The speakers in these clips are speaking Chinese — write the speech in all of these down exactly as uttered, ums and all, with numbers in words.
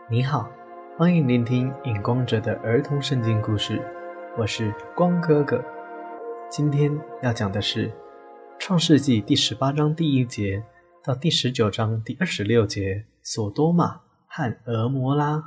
你好，欢迎聆听影光者的儿童圣经故事，我是光哥哥。今天要讲的是创世纪第十八章第一节到第十九章第二十六节，索多玛和俄摩拉。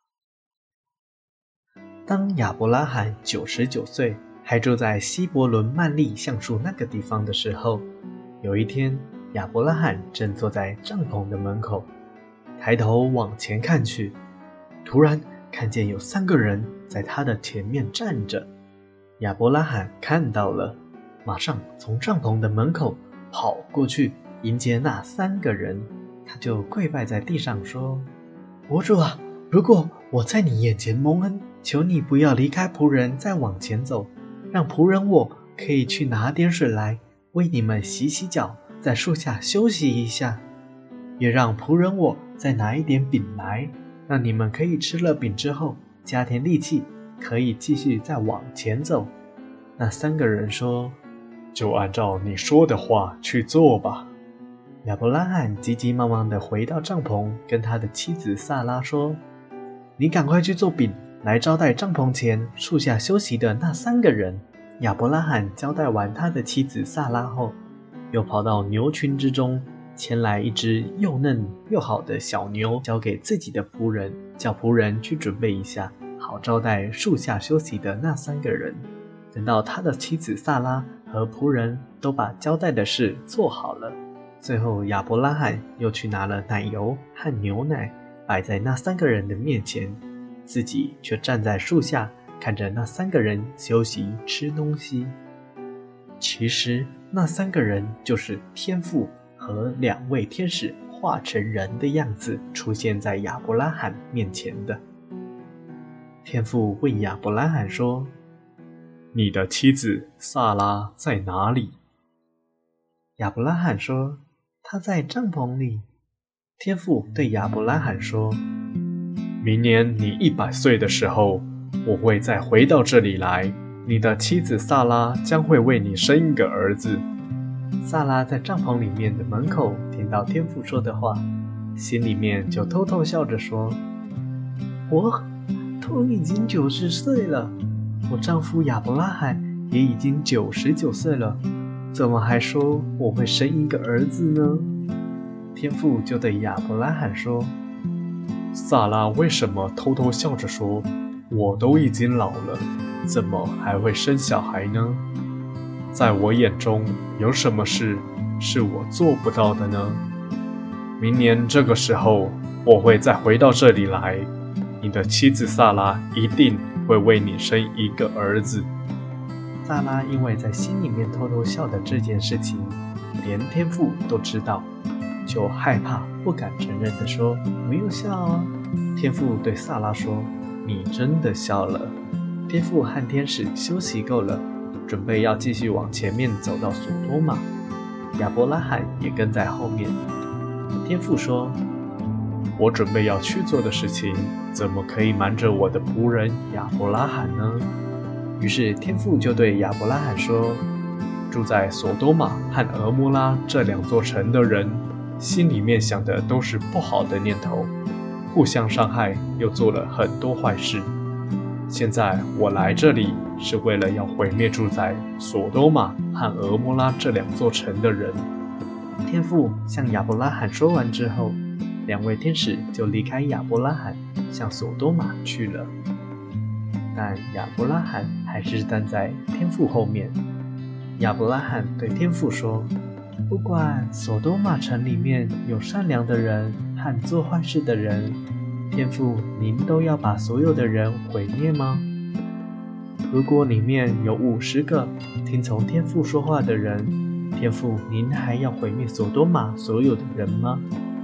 当亚伯拉罕九十九岁，还住在希伯伦曼利橡树那个地方的时候，有一天，亚伯拉罕正坐在帐篷的门口，抬头往前看去，突然看见有三个人在他的前面站着。亚伯拉罕看到了，马上从帐篷的门口跑过去迎接那三个人，他就跪拜在地上说：我主啊，如果我在你眼前蒙恩，求你不要离开仆人再往前走，让仆人我可以去拿点水来为你们洗洗脚，在树下休息一下，也让仆人我再拿一点饼来，让你们可以吃了饼之后加添力气，可以继续再往前走。那三个人说： 就按照你说的话去做吧。 亚伯拉罕急急忙忙地回到帐篷，跟他的妻子撒拉说：你赶快去做饼来招待帐篷前树下休息的那三个人。亚伯拉罕交代完他的妻子撒拉后，又跑到牛群之中牵来一只又嫩又好的小牛，交给自己的仆人，叫仆人去准备一下，好招待树下休息的那三个人。等到他的妻子撒拉和仆人都把交代的事做好了，最后亚伯拉罕又去拿了奶油和牛奶，摆在那三个人的面前，自己却站在树下看着那三个人休息吃东西。其实那三个人就是天父和两位天使化成人的样子出现在亚伯拉罕面前的。天父问亚伯拉罕说： 你的妻子撒拉在哪里？ 亚伯拉罕说：她在帐篷里。天父对亚伯拉罕说： 明年你一百岁的时候，我会再回到这里来，你的妻子撒拉将会为你生一个儿子。 撒拉在帐篷里面的门口听到天父说的话，心里面就偷偷笑着说：我都已经九十岁了，我丈夫亚伯拉罕也已经九十九岁了，怎么还说我会生一个儿子呢？天父就对亚伯拉罕说： 撒拉为什么偷偷笑着说，我都已经老了，怎么还会生小孩呢？在我眼中，有什么事是我做不到的呢？明年这个时候，我会再回到这里来，你的妻子撒拉一定会为你生一个儿子。 撒拉因为在心里面偷偷笑的这件事情，连天父都知道，就害怕不敢承认的说：没有笑啊。天父对撒拉说：你真的笑了。天父和天使休息够了，准备要继续往前面走到索多玛，亚伯拉罕也跟在后面。天父说： 我准备要去做的事情，怎么可以瞒着我的仆人亚伯拉罕呢？ 于是天父就对亚伯拉罕说： 住在索多玛和俄摩拉这两座城的人，心里面想的都是不好的念头，互相伤害，又做了很多坏事。现在我来这里是为了要毁灭住在索多玛和俄摩拉这两座城的人。 天父向亚伯拉罕说完之后，两位天使就离开亚伯拉罕，向索多玛去了。但亚伯拉罕还是站在天父后面。亚伯拉罕对天父说：不管索多玛城里面有善良的人和做坏事的人，天父您都要把所有的人毁灭吗？如果里面有五十个听从天父说话的人，天父您还要毁灭索多玛所有的人吗？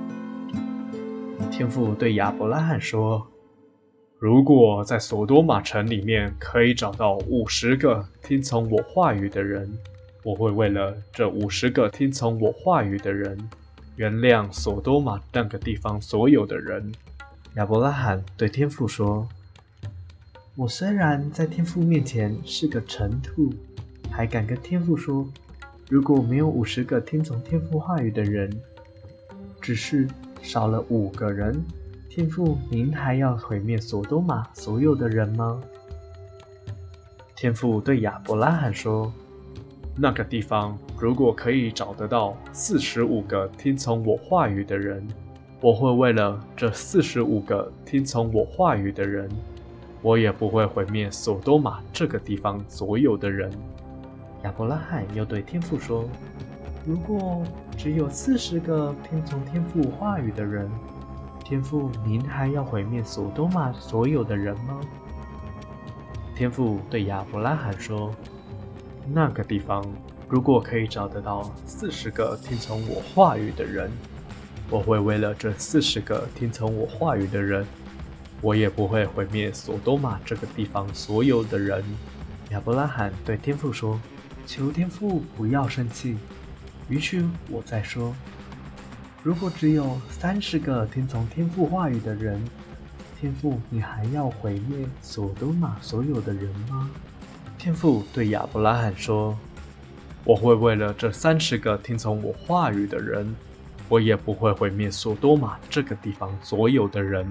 天父对亚伯拉罕说： 如果在索多玛城里面可以找到五十个听从我话语的人，我会为了这五十个听从我话语的人，原谅索多玛那个地方所有的人。 亚伯拉罕对天父说：我虽然在天父面前是个尘土，还敢跟天父说，如果没有五十个听从天父话语的人，只是少了五个人， 天父，您还要毁灭索多玛所有的人吗？ 天父对亚伯拉罕说，那个地方如果可以找得到四十五个听从我话语的人，我会为了这四十五个听从我话语的人，我也不会毁灭索多玛这个地方所有的人。 亚伯拉罕又对天父说，如果只有四十个听从天父话语的人，天父，您还要毁灭索多玛所有的人吗？ 天父对亚伯拉罕说，那个地方如果可以找得到四十个听从我话语的人，我会为了这四十个听从我话语的人，我也不会毁灭索多玛这个地方所有的人。 亚伯拉罕对天父说，求天父不要生气。于是我再说，如果只有三十个听从天父话语的人，天父，你还要毁灭索多玛所有的人吗？ 天父对亚伯拉罕说，我会为了这三十个听从我话语的人，我也不会毁灭索多玛这个地方所有的人。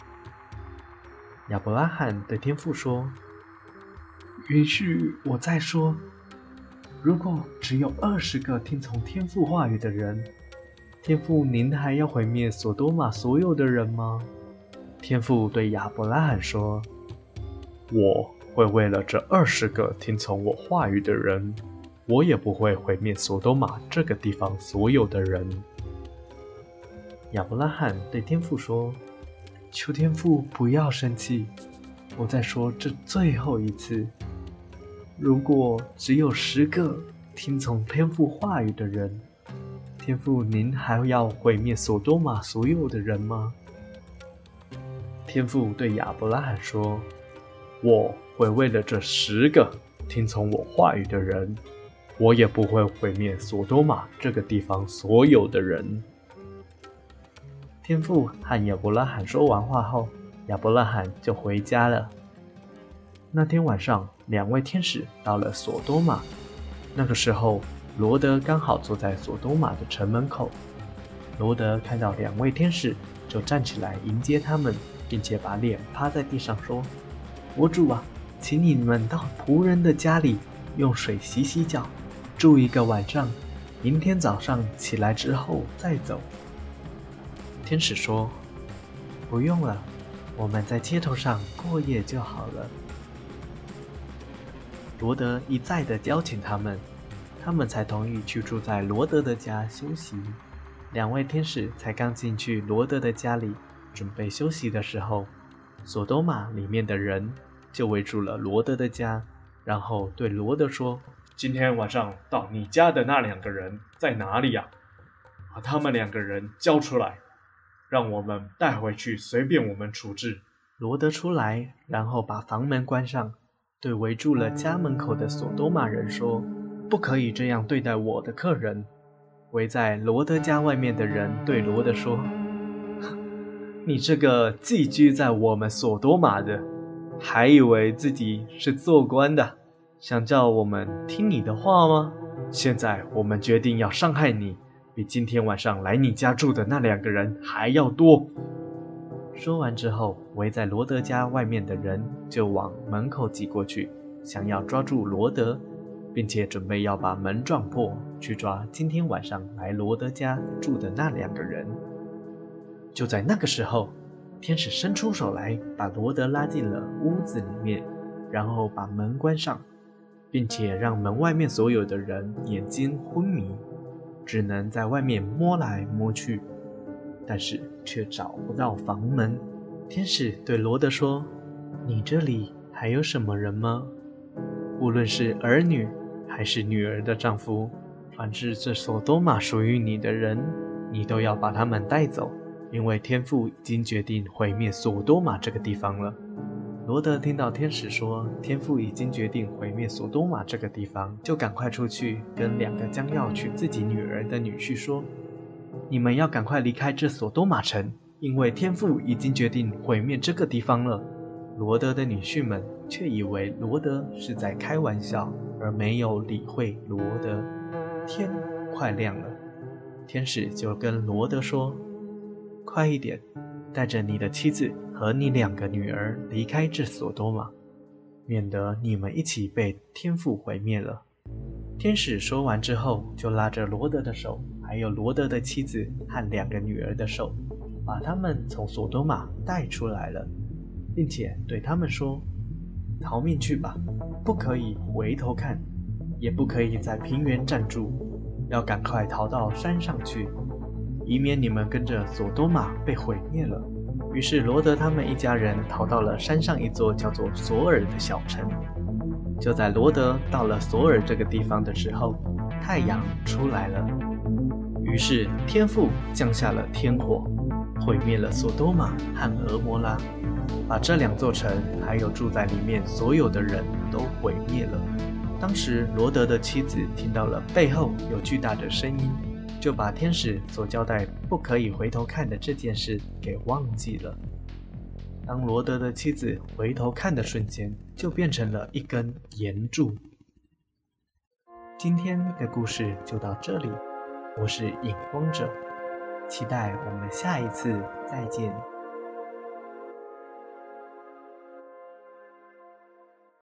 亚伯拉罕对天父说，允许我再说，如果只有二十个听从天父话语的人，天父，您还要毁灭索多玛所有的人吗？ 天父对亚伯拉罕说，我会为了这二十个听从我话语的人，我也不会毁灭索多玛这个地方所有的人。 亚伯拉罕对天父说，求天父不要生气，我再说这最后一次，如果只有十个听从天父话语的人，天父，您还要毁灭索多玛所有的人吗？ 天父对亚伯拉罕说，我会为了这十个听从我话语的人，我也不会毁灭索多玛这个地方所有的人。 天父和亚伯拉罕说完话后，亚伯拉罕就回家了。那天晚上，两位天使到了索多玛。那个时候，罗德刚好坐在索多玛的城门口。罗德看到两位天使，就站起来迎接他们，并且把脸趴在地上说，我主啊，请你们到仆人的家里用水洗洗脚，住一个晚上，明天早上起来之后再走。天使说，不用了，我们在街头上过夜就好了。罗德一再的邀请他们，他们才同意去住在罗德的家休息。两位天使才刚进去罗德的家里准备休息的时候，索多玛里面的人就围住了罗德的家，然后对罗德说， 今天晚上到你家的那两个人在哪里呀？把他们两个人交出来，让我们带回去，随便我们处置。 罗德出来，然后把房门关上，对围住了家门口的索多玛人说，不可以这样对待我的客人。围在罗德家外面的人对罗德说，你这个寄居在我们索多玛的，还以为自己是做官的，想叫我们听你的话吗？现在我们决定要伤害你，比今天晚上来你家住的那两个人还要多。说完之后，围在罗德家外面的人就往门口挤过去，想要抓住罗德，并且准备要把门撞破，去抓今天晚上来罗德家住的那两个人。就在那个时候，天使伸出手来，把罗德拉进了屋子里面，然后把门关上，并且让门外面所有的人眼睛昏迷，只能在外面摸来摸去，但是却找不到房门。天使对罗德说，你这里还有什么人吗？无论是儿女还是女儿的丈夫，凡是这索多玛属于你的人，你都要把他们带走，因为天父已经决定毁灭索多玛这个地方了。罗德听到天使说天父已经决定毁灭索多玛这个地方，就赶快出去跟两个将要娶自己女儿的女婿说，你们要赶快离开这索多玛城，因为天父已经决定毁灭这个地方了。罗德的女婿们却以为罗德是在开玩笑，而没有理会罗德。天快亮了，天使就跟罗德说，快一点， 带着你的妻子和你两个女儿离开这索多玛，免得你们一起被天父毁灭了。”天使说完之后，就拉着罗德的手，还有罗德的妻子和两个女儿的手，把他们从索多玛带出来了，并且对他们说：“逃命去吧，不可以回头看，也不可以在平原站住，要赶快逃到山上去，以免你们跟着索多玛被毁灭了。”于是罗德他们一家人逃到了山上一座叫做索尔的小城。就在罗德到了索尔这个地方的时候，太阳出来了，于是天父降下了天火，毁灭了索多玛和俄摩拉，把这两座城还有住在里面所有的人都毁灭了。当时罗德的妻子听到了背后有巨大的声音，就把天使所交代不可以回头看的这件事给忘记了。当罗德的妻子回头看的瞬间，就变成了一根岩柱。今天的故事就到这里，我是影光者，期待我们下一次再见。